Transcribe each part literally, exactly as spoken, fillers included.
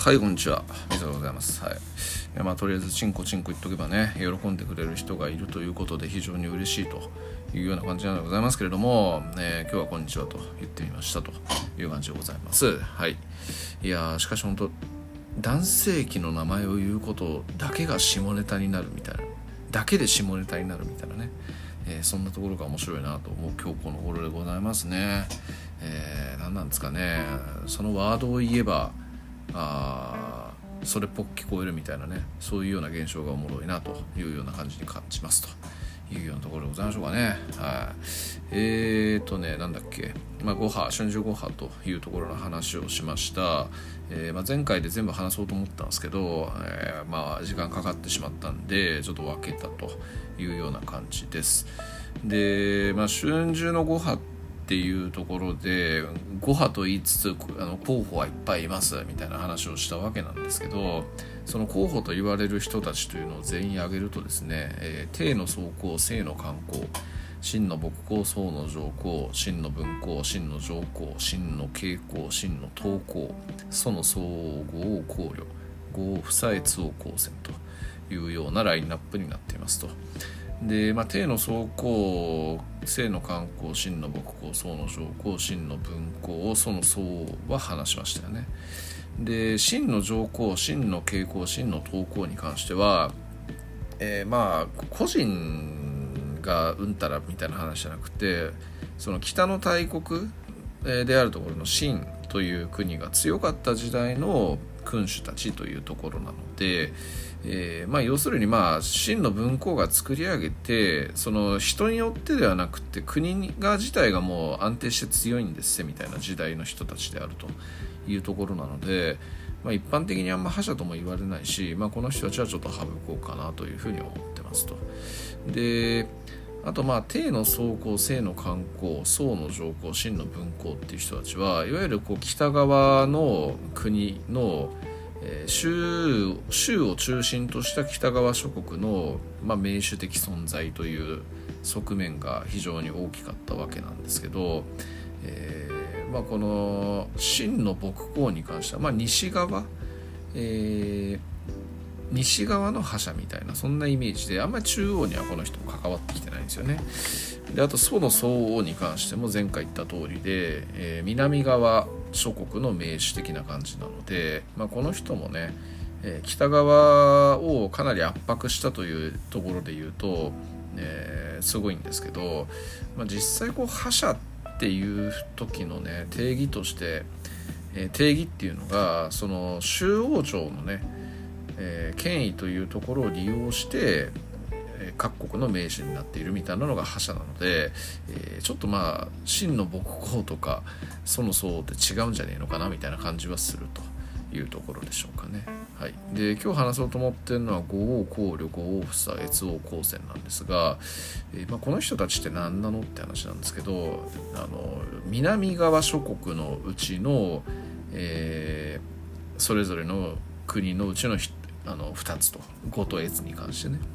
はい、こんにちは。みぞでございます。はい。いやまあ、とりあえずチンコチンコ言っとけばね、喜んでくれる人がいるということで非常に嬉しいというような感じなのでございますけれども、えー、今日はこんにちはと言ってみましたという感じでございます。はい。いやしかし本当男性器の名前を言うことだけが下ネタになるみたいな、だけで下ネタになるみたいなね、えー、そんなところが面白いなと思う今日この頃でございますね。えー、何なんですかね、そのワードを言えばあそれっぽく聞こえるみたいなね、そういうような現象がおもろいなというような感じに感じますというようなところでございましょうかね。はい。えーとねなんだっけ、まあ、ご波春秋ご波というところの話をしました。えーまあ、前回で全部話そうと思ったんですけど、えー、まあ時間かかってしまったんでちょっと分けたというような感じです。で、まあ、春秋のご波っていうところでご波と言いつつあの候補はいっぱいいますみたいな話をしたわけなんですけど、その候補と言われる人たちというのを全員挙げるとですね、えー、定の走行、正の観光、真の勃興、宋の上皇、真の文皇、真の上皇、真の傾向、真の東皇、祖の総合考慮、五夫妻越王高専というようなラインナップになっていますと。で、まあ、定の走行、正の観光、真の勃興、宋の上皇、真の文皇、祖の総は話しましたよね。で、真の上皇、真の傾向、真の東皇に関しては、えー、まあ個人がうんたらみたいな話じゃなくて、その北の大国であるところの秦という国が強かった時代の君主たちというところなので、えーまあ、要するにまあ秦の文皇が作り上げて、その人によってではなくて国が自体がもう安定して強いんですみたいな時代の人たちであるというところなので、まあ、一般的にあんま覇者とも言われないし、まあ、この人たちはちょっと省こうかなというふうに思ってますと。で、あとまあ定の走行、正の観光、宋の上皇、真の文皇っていう人たちはいわゆるこう北側の国のえー、州, 州を中心とした北側諸国の、まあ、盟主的存在という側面が非常に大きかったわけなんですけど、えーまあ、この秦の勃興に関しては、まあ、西側、えー、西側の覇者みたいなそんなイメージで、あんまり中央にはこの人も関わってきてないんですよね。で、あと祖の総王に関しても前回言った通りで、えー、南側諸国の盟主的な感じなので、まあ、この人もね、えー、北側をかなり圧迫したというところで言うと、えー、すごいんですけど、まあ、実際こう覇者っていう時のね定義として、えー、定義っていうのがその周王朝のね、えー、権威というところを利用して各国の盟主になっているみたいなのが覇者なので、えー、ちょっとまあ秦の勃興とか祖の総って違うんじゃねえのかなみたいな感じはするというところでしょうかね。はい。で、今日話そうと思ってるのは五王考慮、五王夫妻越王高専なんですが、えーまあ、この人たちって何なのって話なんですけど、あの南側諸国のうちの、えー、それぞれの国のうちのあのふたつと、呉と越に関してね。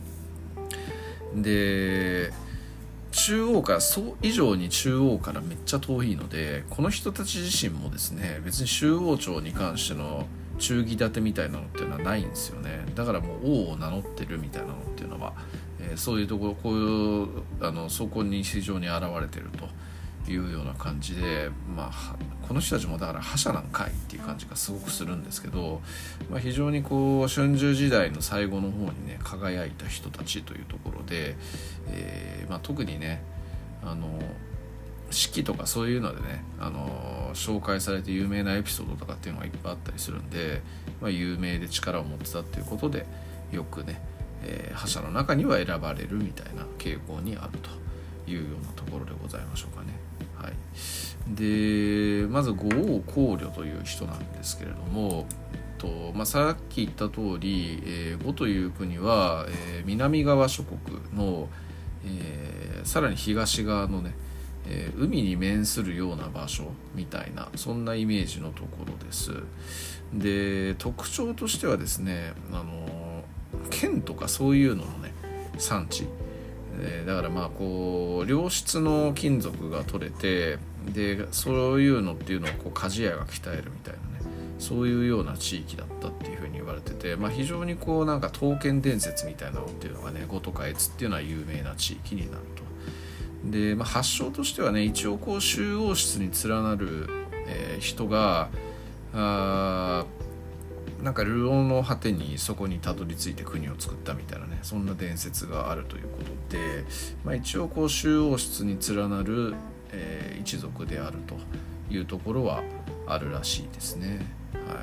で、中央からそう以上に中央からめっちゃ遠いので、この人たち自身もですね別に周王朝に関しての忠義立てみたいなのっていうのはないんですよね。だからもう王を名乗ってるみたいなのっていうのは、えー、そういうところこういうあのそこに非常に現れてるというような感じで、まあこの人たちもだから覇者なんかいっていう感じがすごくするんですけど、まあ、非常にこう春秋時代の最後の方にね輝いた人たちというところで、えーまあ、特にねあの式とかそういうのでねあの紹介されて有名なエピソードとかっていうのがいっぱいあったりするんで、まあ、有名で力を持ってたっていうことでよくね、えー、覇者の中には選ばれるみたいな傾向にあるというようなところでございましょうかね。はい、でまず五王考慮という人なんですけれども、とまあ、さっき言った通り、えー、呉という国は、えー、南側諸国の、えー、さらに東側のね、えー、海に面するような場所みたいなそんなイメージのところです。で、特徴としてはですね、あの剣とかそういうののね産地えー、だからまあこう良質の金属が取れて、でそういうのっていうのをこう鍛冶屋が鍛えるみたいなねそういうような地域だったっていうふうに言われてて、まあ、非常にこうなんか刀剣伝説みたいなのっていうのがね、五とか越っていうのは有名な地域になると。で、まあ、発祥としてはね、一応こう周王室に連なる、えー、人があなんか流浪の果てにそこにたどり着いて国を作ったみたいなね、そんな伝説があるということで、まあ、一応こう周王室に連なる、えー、一族であるというところはあるらしいですね。はい、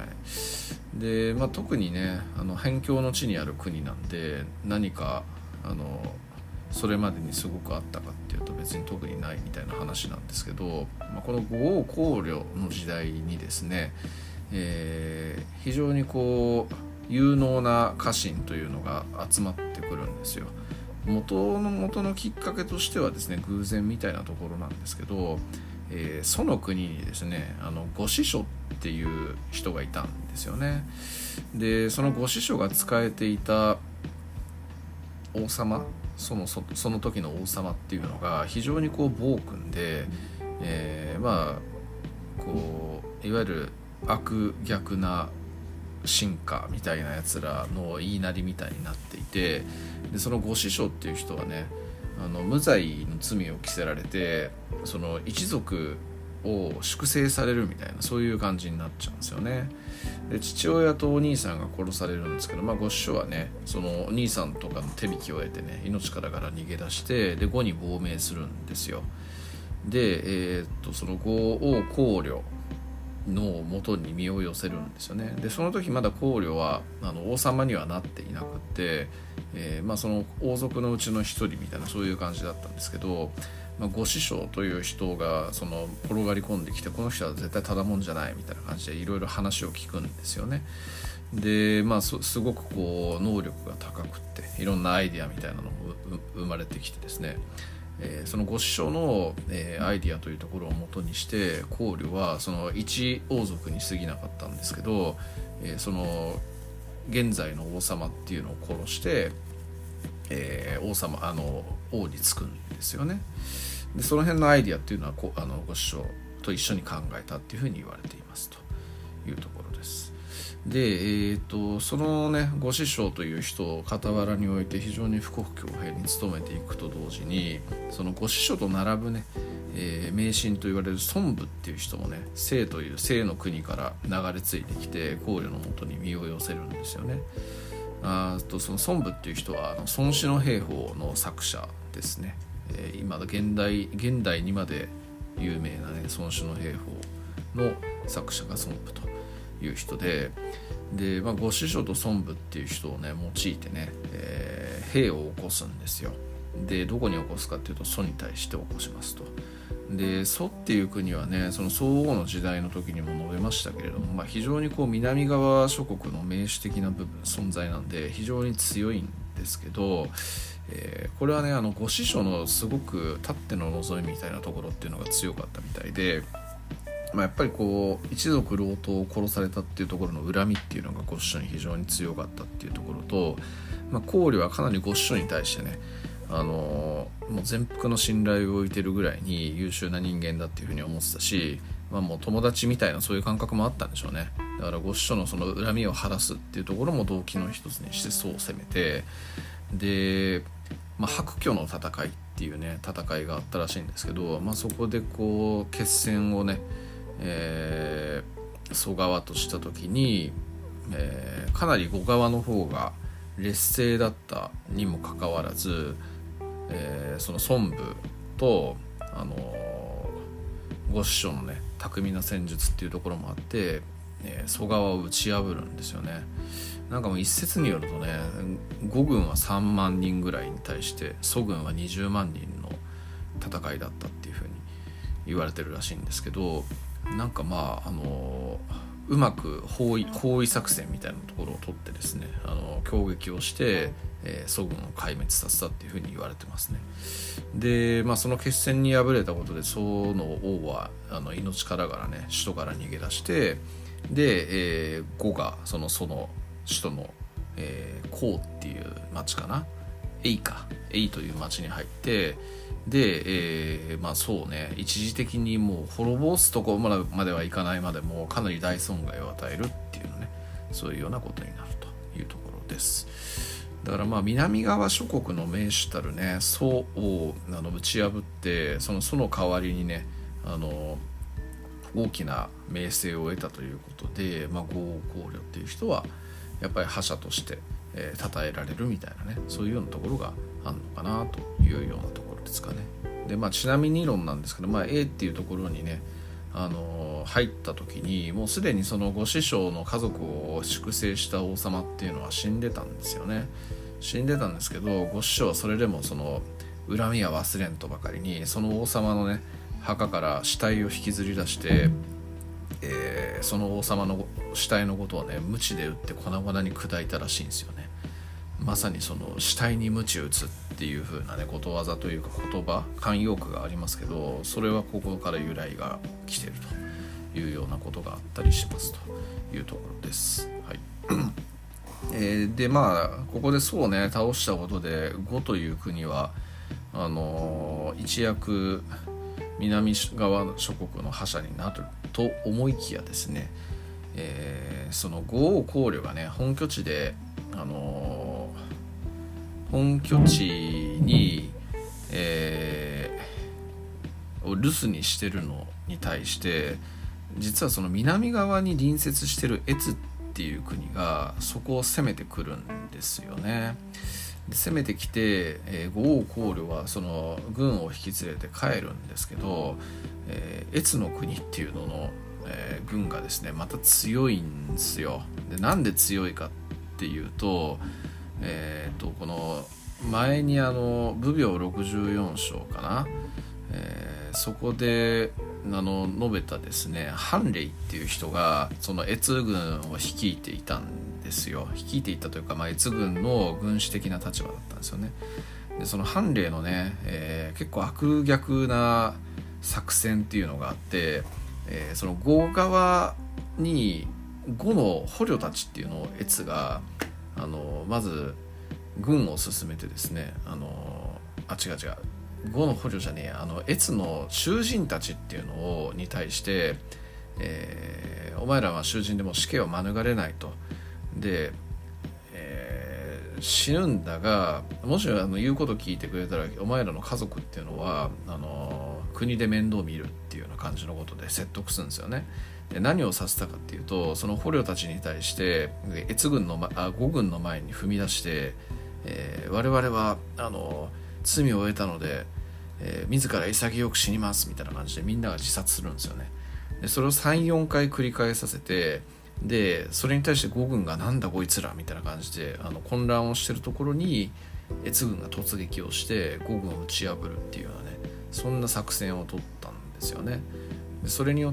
で、まあ、特にね、あの辺境の地にある国なんで、何かあのそれまでにすごくあったかっていうと別に特にないみたいな話なんですけど、まあ、この五王考慮の時代にですね、えー、非常にこう有能な家臣というのが集まってくるんですよ。元の元のきっかけとしてはですね、偶然みたいなところなんですけど、えー、その国にですね、あの御司書っていう人がいたんですよね。で、その御司書が仕えていた王様、その、そ, その時の王様っていうのが非常にこう暴君で、えー、まあこういわゆる悪逆な臣下みたいなやつらの言いなりみたいになっていて、でその御司書っていう人はね、あの無罪の罪を着せられて、その一族を粛清されるみたいな、そういう感じになっちゃうんですよね。で父親とお兄さんが殺されるんですけど、まあ、御司書はね、そのお兄さんとかの手引きを得てね、命からがら逃げ出して、で呉に亡命するんですよ。で、えー、っとその五王考慮の元に身を寄せるんですよね。でその時まだ考慮はあの王様にはなっていなくて、えーまあ、その王族のうちの一人みたいな、そういう感じだったんですけど、まあ、御司書という人がその転がり込んできて、この人は絶対ただもんじゃないみたいな感じでいろいろ話を聞くんですよね。で、まあ、すごくこう能力が高くっていろんなアイデアみたいなのも生まれてきてですね、えー、その御司書の、えー、アイディアというところを元にして考慮はその一王族に過ぎなかったんですけど、えー、その現在の王様っていうのを殺して、えー、王様あの王に就くんですよね。でその辺のアイディアっていうのはこあの御司書と一緒に考えたっていうふうに言われていますというところです。で、えー、とそのね御司書という人を傍らに置いて非常に富国強兵に努めていくと同時に、その御司書と並ぶね、えー、迷信と言われる孫武っていう人もね、清という清の国から流れ着いてきて考慮のもとに身を寄せるんですよね。あとその孫武っていう人はあの孫子の兵法の作者ですね。えー、今現代現代にまで有名なね孫子の兵法の作者が孫武という人で、で、まあ、御司書と孫武っていう人をね用いてね、えー、兵を起こすんですよ。でどこに起こすかっていうと蘇に対して起こしますと。で蘇っていう国はね、その宋王の時代の時にも述べましたけれども、まあ、非常にこう南側諸国の名手的な部分存在なんで非常に強いんですけど、えー、これはねあの御司書のすごくたっての望みみたいなところっていうのが強かったみたいで、まあ、やっぱりこう一族郎党を殺されたっていうところの恨みっていうのが御司書に非常に強かったっていうところと、まあ、考慮はかなり御司書に対してね、あのー、もう全幅の信頼を置いてるぐらいに優秀な人間だっていうふうに思ってたし、まあ、もう友達みたいなそういう感覚もあったんでしょうね。だから御司書のその恨みを晴らすっていうところも動機の一つにしてそう攻めて、で、まあ、白居の戦いっていうね戦いがあったらしいんですけど、まあ、そこでこう決戦をね、えー、蘇側とした時に、えー、かなり呉側の方が劣勢だったにもかかわらず、えー、その孫武と、あのー、御司書のね巧みな戦術っていうところもあって、えー、蘇側を打ち破るんですよね。なんかもう一説によるとね、呉軍はさんまんにんぐらいに対して蘇軍はにじゅうまんにんの戦いだったっていう風に言われてるらしいんですけど、なんかまああのー、うまく包囲、包囲作戦みたいなところを取ってですね、あのー、攻撃をして、えー、蘇軍を壊滅させたっていう風に言われてますね。で、まあ、その決戦に敗れたことで蘇の王はあの命からがらね首都から逃げ出して、で、えー、呉がその蘇の首都の、えー、黄っていう町かな、 永か永という町に入って、で、えー、まあそうね一時的にもう滅ぼすところまではいかないまでもかなり大損害を与えるっていうね、そういうようなことになるというところです。だからまあ南側諸国の名手たるね宋をあの打ち破って、そのその代わりにねあの大きな名声を得たということで、まあ、呉王公領っていう人はやっぱり覇者として、えー、称えられるみたいなね、そういうようなところがあるのかなというようなところですかね。で、まあ、ちなみに論なんですけど、まあ、A っていうところにね、あのー、入った時にもうすでにそのご師匠の家族を粛清した王様っていうのは死んでたんですよね。死んでたんですけど、ご師匠はそれでもその恨みは忘れんとばかりにその王様のね墓から死体を引きずり出して、えー、その王様の死体のことをね鞭で打って粉々に砕いたらしいんですよね。まさにその死体に鞭打つっていう風なねことわざというか言葉慣用句がありますけど、それはここから由来が来ているというようなことがあったりしますというところです。はい。えー、でまあここでそうね倒したことで呉という国はあのー、一躍南側諸国の覇者になると思いきやですね、えー、その呉王公領がね本拠地で、あのー、本拠地に、えー、を留守にしてるのに対して実はその南側に隣接してる越っていう国がそこを攻めてくるんですよね。で攻めてきて、えー、呉王公領はその軍を引き連れて帰るんですけど、えー、越の国っていうのの、えー、軍がですねまた強いんですよ。でなんで強いかっていうと、えー、とこの前にあの武病ろくじゅうよん章かな、えー、そこであの述べたですね韓霊っていう人がその越軍を率いていたんですよ。率いていたというか、まあ、越軍の軍師的な立場だったんですよね。でその韓霊のね、えー、結構悪逆な作戦っていうのがあって、えー、その呉側に呉の捕虜たちっていうのを越があのまず軍を進めてですね、あのあ違う違う呉の捕虜じゃねえあの越の囚人たちっていうのをに対して、えー、お前らは囚人でも死刑を免れないと。で、えー、死ぬんだがもしあの言うこと聞いてくれたらお前らの家族っていうのはあの国で面倒見るっていうような感じのことで説得するんですよね。で何をさせたかっていうとその捕虜たちに対して越軍の、あ、呉軍の前に踏み出して、えー、我々はあの罪を得たので、えー、自ら潔く死にますみたいな感じでみんなが自殺するんですよね。でそれを さん,よん 回繰り返させて、でそれに対して呉軍がなんだこいつらみたいな感じであの混乱をしてるところに越軍が突撃をして呉軍を打ち破るっていうようなねそんな作戦を取ったんですよね。でそれによって、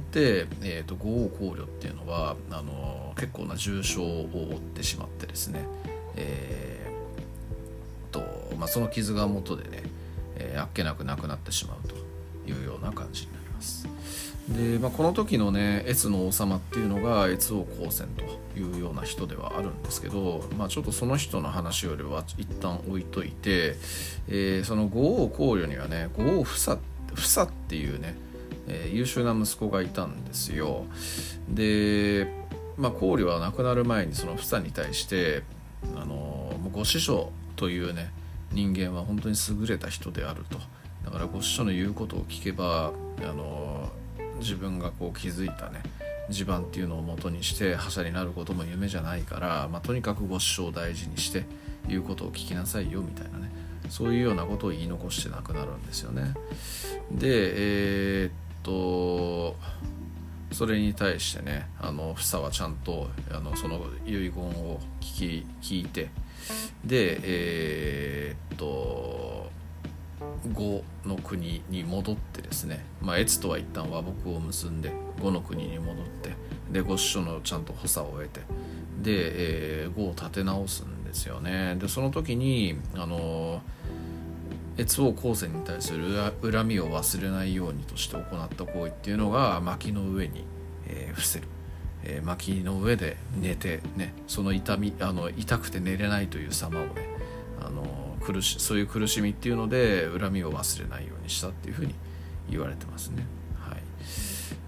えーと、呉王公領っていうのはあの結構な重傷を負ってしまってですね、えーとまあ、その傷が元でね、えー、あっけなくなくなってしまうというような感じになります。で、まあ、この時のね越の王様っていうのが越王高専というような人ではあるんですけど、まあ、ちょっとその人の話よりは一旦置いといて、えー、その呉王公領にはね呉王房房っていうね、えー、優秀な息子がいたんですよ。で、まあ、公領は亡くなる前にその房に対してあのご師匠というね人間は本当に優れた人であると。だからご師匠の言うことを聞けばあの自分がこう築いたね地盤っていうのを元にして覇者になることも夢じゃないから、まあ、とにかくご師匠を大事にして言うことを聞きなさいよみたいなねそういうようなことを言い残して亡くなるんですよね。でえー、っとそれに対してねあの房はちゃんとあのその遺言を聞き聞いてでえー、っと呉の国に戻ってですね、まあ、越とは一旦和睦を結んで呉の国に戻ってで呉師匠のちゃんと補佐を得てで、えー、呉を立て直すんですよね。でその時にあの越王高専に対する恨みを忘れないようにとして行った行為っていうのが薪の上に、えー、伏せる、えー、薪の上で寝てねその痛みあの痛くて寝れないという様をねあの苦しそういう苦しみっていうので恨みを忘れないようにしたっていうふうに言われてますね。はい、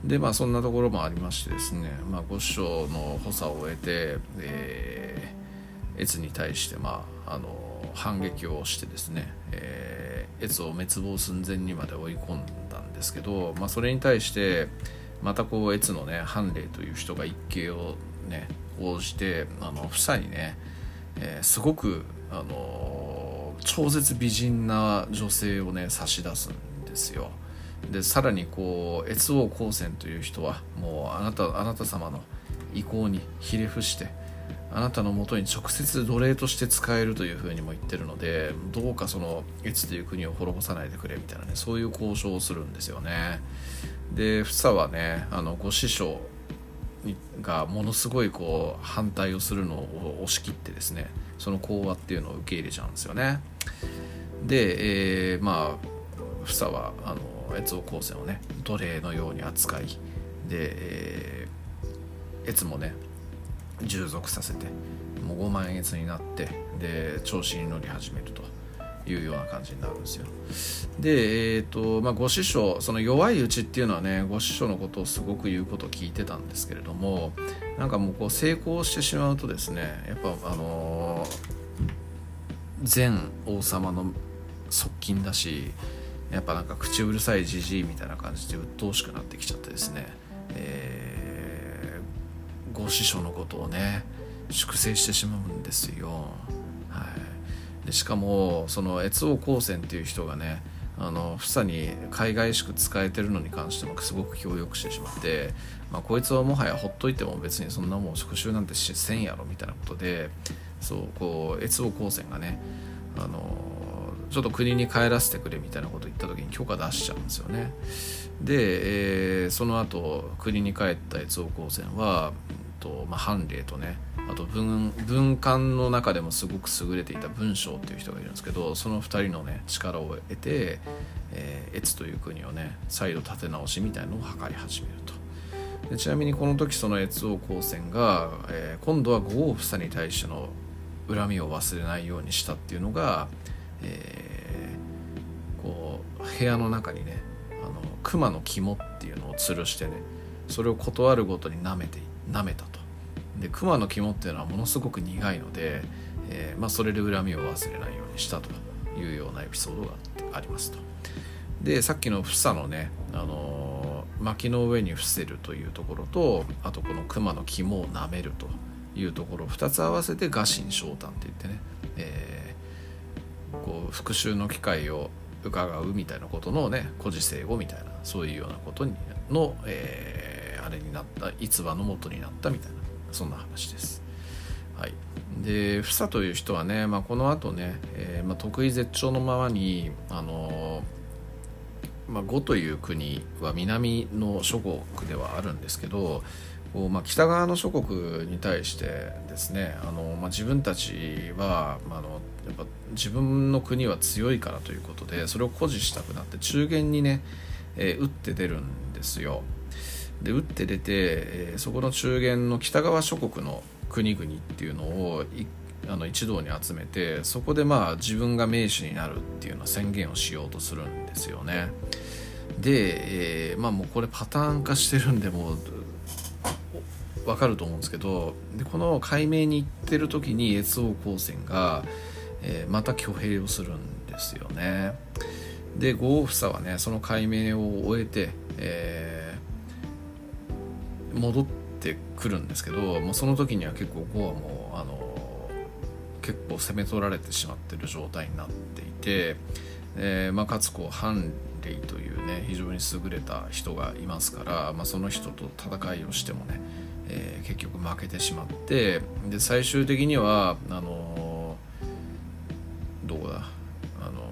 でまあそんなところもありましてですね、まあ、ご師匠の補佐を得て、えー、越に対して、まあ、あの反撃をしてですね、えー、越を滅亡寸前にまで追い込んだんですけど、まあ、それに対してまたこう越のね韓霊という人が一計をね応じて、あの房にね、えー、すごく、あのー、超絶美人な女性をね差し出すんですよ。でさらにこう越王光線という人はもうあなたあなた様の意向にひれ伏してあなたのもとに直接奴隷として使えるというふうにも言ってるので、どうかその越という国を滅ぼさないでくれみたいなね、そういう交渉をするんですよね。で房はね、あのご師匠がものすごいこう反対をするのを押し切ってですね、その講和っていうのを受け入れちゃうんですよね。で、えー、まあ房はあの越王光線をね奴隷のように扱いで、えー、越もね従属させてもうごまん越になって、で調子に乗り始めるというような感じになるんですよ。で、えーとまあ、ご師匠、その弱いうちっていうのはねご師匠のことをすごく言うことを聞いてたんですけれども、なんかもうこう成功してしまうとですね、やっぱあのー、前王様の側近だし、やっぱなんか口うるさいじじいみたいな感じで鬱陶しくなってきちゃってですね、えー、ご師匠のことをね粛清してしまうんですよ。はい、でしかもその越王光線っていう人がね、あの房に海外しく使えてるのに関してもすごく協力してしまって、まあ、こいつはもはやほっといても別にそんなもん復讐なんてせんやろみたいなことで、そうこう越王光線がね、あのちょっと国に帰らせてくれみたいなことを言った時に許可出しちゃうんですよね。で、えー、その後国に帰った越王光線は、とまあ、韓霊とね、あと 文, 文官の中でもすごく優れていた文章っていう人がいるんですけど、そのふたりのね力を得て、えー、越という国をね再度立て直しみたいのを図り始めると。でちなみにこの時その越王光線が、えー、今度は五王房に対しての恨みを忘れないようにしたっていうのが、えー、こう部屋の中にねあの熊の肝っていうのを吊るしてね、それを断るごとに舐めて舐めたと。で熊の肝っていうのはものすごく苦いので、えーまあ、それで恨みを忘れないようにしたというようなエピソードがありますと。でさっきの房のね、あのー、薪の上に伏せるというところと、あとこの熊の肝を舐めるというところをふたつ合わせて臥薪嘗胆って言ってね、えー、こう復讐の機会を伺うみたいなことのね故事成語みたいな、そういうようなことにの、えー、あれになった逸話の元になったみたいな、そんな話です。はい、で房という人はね、まあ、この後ね、えーまあ、得意絶頂のままに、あのーまあ、呉という国は南の諸国ではあるんですけど、こう、まあ、北側の諸国に対してですね、あの、まあ、自分たちは、まあ、あのやっぱ自分の国は強いからということでそれを誇示したくなって中原にね、えー、打って出るんですよ。で打って出て、えー、そこの中原の北側諸国の国々っていうのをあの一堂に集めて、そこでまあ自分が名手になるっていうような宣言をしようとするんですよね。で、えー、まあもうこれパターン化してるんでもう分かると思うんですけど、でこの改名に行ってる時に越王光線が、えー、また挙兵をするんですよね。で五王房はねその改名を終えて、えー、戻ってくるんですけど、もうその時には結構呉はもうあの結構攻め取られてしまってる状態になっていて、えーまあ、かつこう韓霊というね非常に優れた人がいますから、まあ、その人と戦いをしてもね、えー、結局負けてしまって、で最終的にはあのー、どこだあの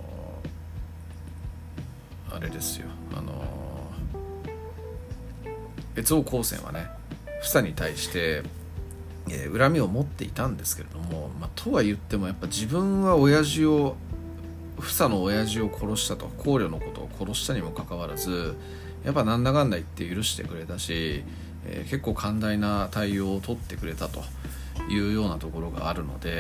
ー、あれですよ、あのー、越王光線はね房に対して、えー、恨みを持っていたんですけれども、まあ、とは言ってもやっぱ自分は親父を房の親父を殺したと、考慮のことを殺したにもかかわらずやっぱなんだかんだ言って許してくれたし、えー、結構寛大な対応を取ってくれたというようなところがあるので、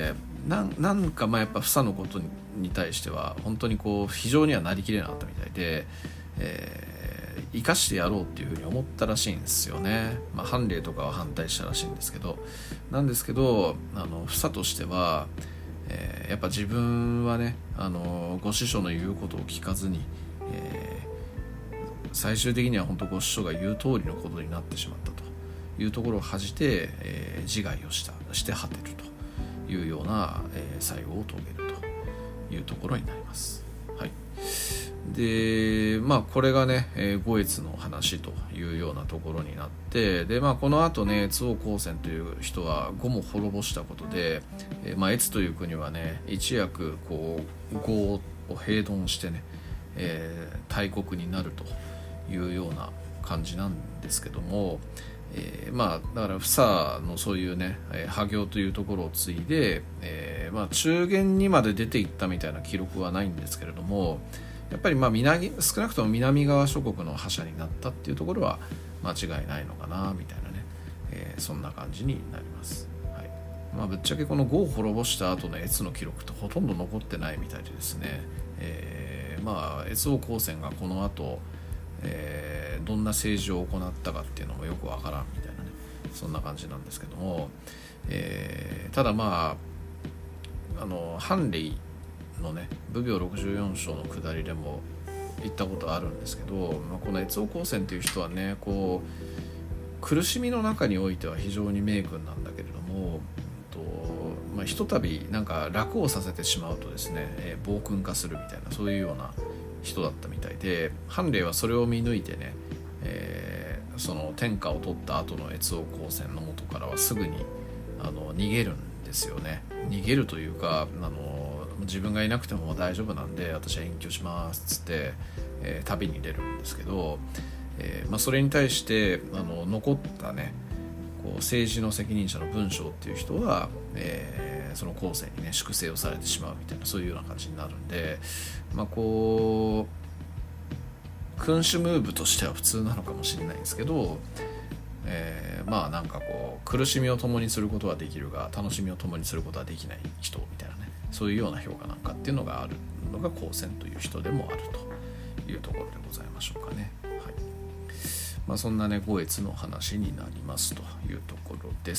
な, なんかまあやっぱ房のことにに対しては本当にこう非常にはなりきれなかったみたいで、えー、生かしてやろうっていうふうに思ったらしいんですよね。まあ、判例とかは反対したらしいんですけどなんですけどあの房としては、えー、やっぱ自分はねあのご師匠の言うことを聞かずに、えー、最終的には本当ご師匠が言う通りのことになってしまったというところを恥じて、えー、自害をしたして果てるというような、えー、最後を遂げるというところになります。はい、でまあこれがね、えー、五越の話というようなところになってで、まあ、この後ね越王光鮮という人は呉も滅ぼしたことで、えーまあ、越という国はね一躍こう呉を平頓してね、えー、大国になるというような感じなんですけども、えー、まあだから房のそういうね破行というところを継いで、えーまあ、中原にまで出ていったみたいな記録はないんですけれどもやっぱりまあ南少なくとも南側諸国の覇者になったっていうところは間違いないのかなみたいなね、えー、そんな感じになります。はいまあ、ぶっちゃけこの呉を滅ぼした後の越の記録ってほとんど残ってないみたいでですね、えー、まあ越王光鮮がこの後えー、どんな政治を行ったかっていうのもよくわからんみたいなねそんな感じなんですけども、えー、ただまああの判例のね武病ろくじゅうよん章の下りでも言ったことあるんですけど、まあ、この越王光鮮という人はねこう苦しみの中においては非常に名君なんだけれども、とまあ、ひとたびなんか楽をさせてしまうとですね、えー、暴君化するみたいなそういうような人だったみたいで判例はそれを見抜いてね、えー、その天下を取った後の越王光鮮の元からはすぐにあの逃げるんですよね。逃げるというかあの自分がいなくても大丈夫なんで私は隠居しますっつって、えー、旅に出るんですけど、えーまあ、それに対してあの残ったねこう政治の責任者の文章っていう人は、えーその後世にね粛清をされてしまうみたいなそういうような感じになるんで、まあこう君主ムーブとしては普通なのかもしれないんですけど、えー、まあなんかこう苦しみを共にすることはできるが楽しみを共にすることはできない人みたいなねそういうような評価なんかっていうのがあるのが光鮮という人でもあるというところでございましょうかね。はいまあ、そんなね五越の話になりますというところです。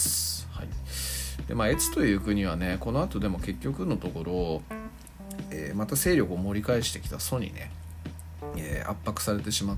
はいでまあ、越という国はねこの後でも結局のところ、えー、また勢力を盛り返してきた蘇にね、えー、圧迫されてしまって、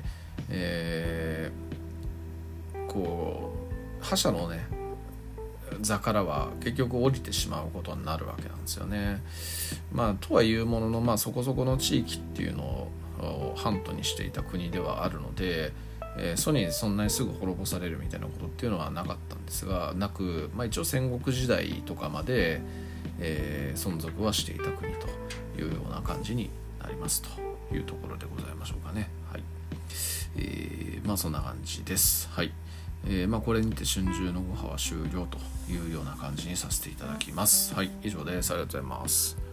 えー、こう覇者のね座からは結局降りてしまうことになるわけなんですよね。まあとはいうものの、まあ、そこそこの地域っていうのを半島にしていた国ではあるのでえー、ソにそんなにすぐ滅ぼされるみたいなことっていうのはなかったんですがなく、まあ、一応戦国時代とかまで、えー、存続はしていた国というような感じになりますというところでございましょうかね。はいえー、まあそんな感じです。はいえーまあ、これにて春秋のご派は終了というような感じにさせていただきます。はい以上です。ありがとうございます。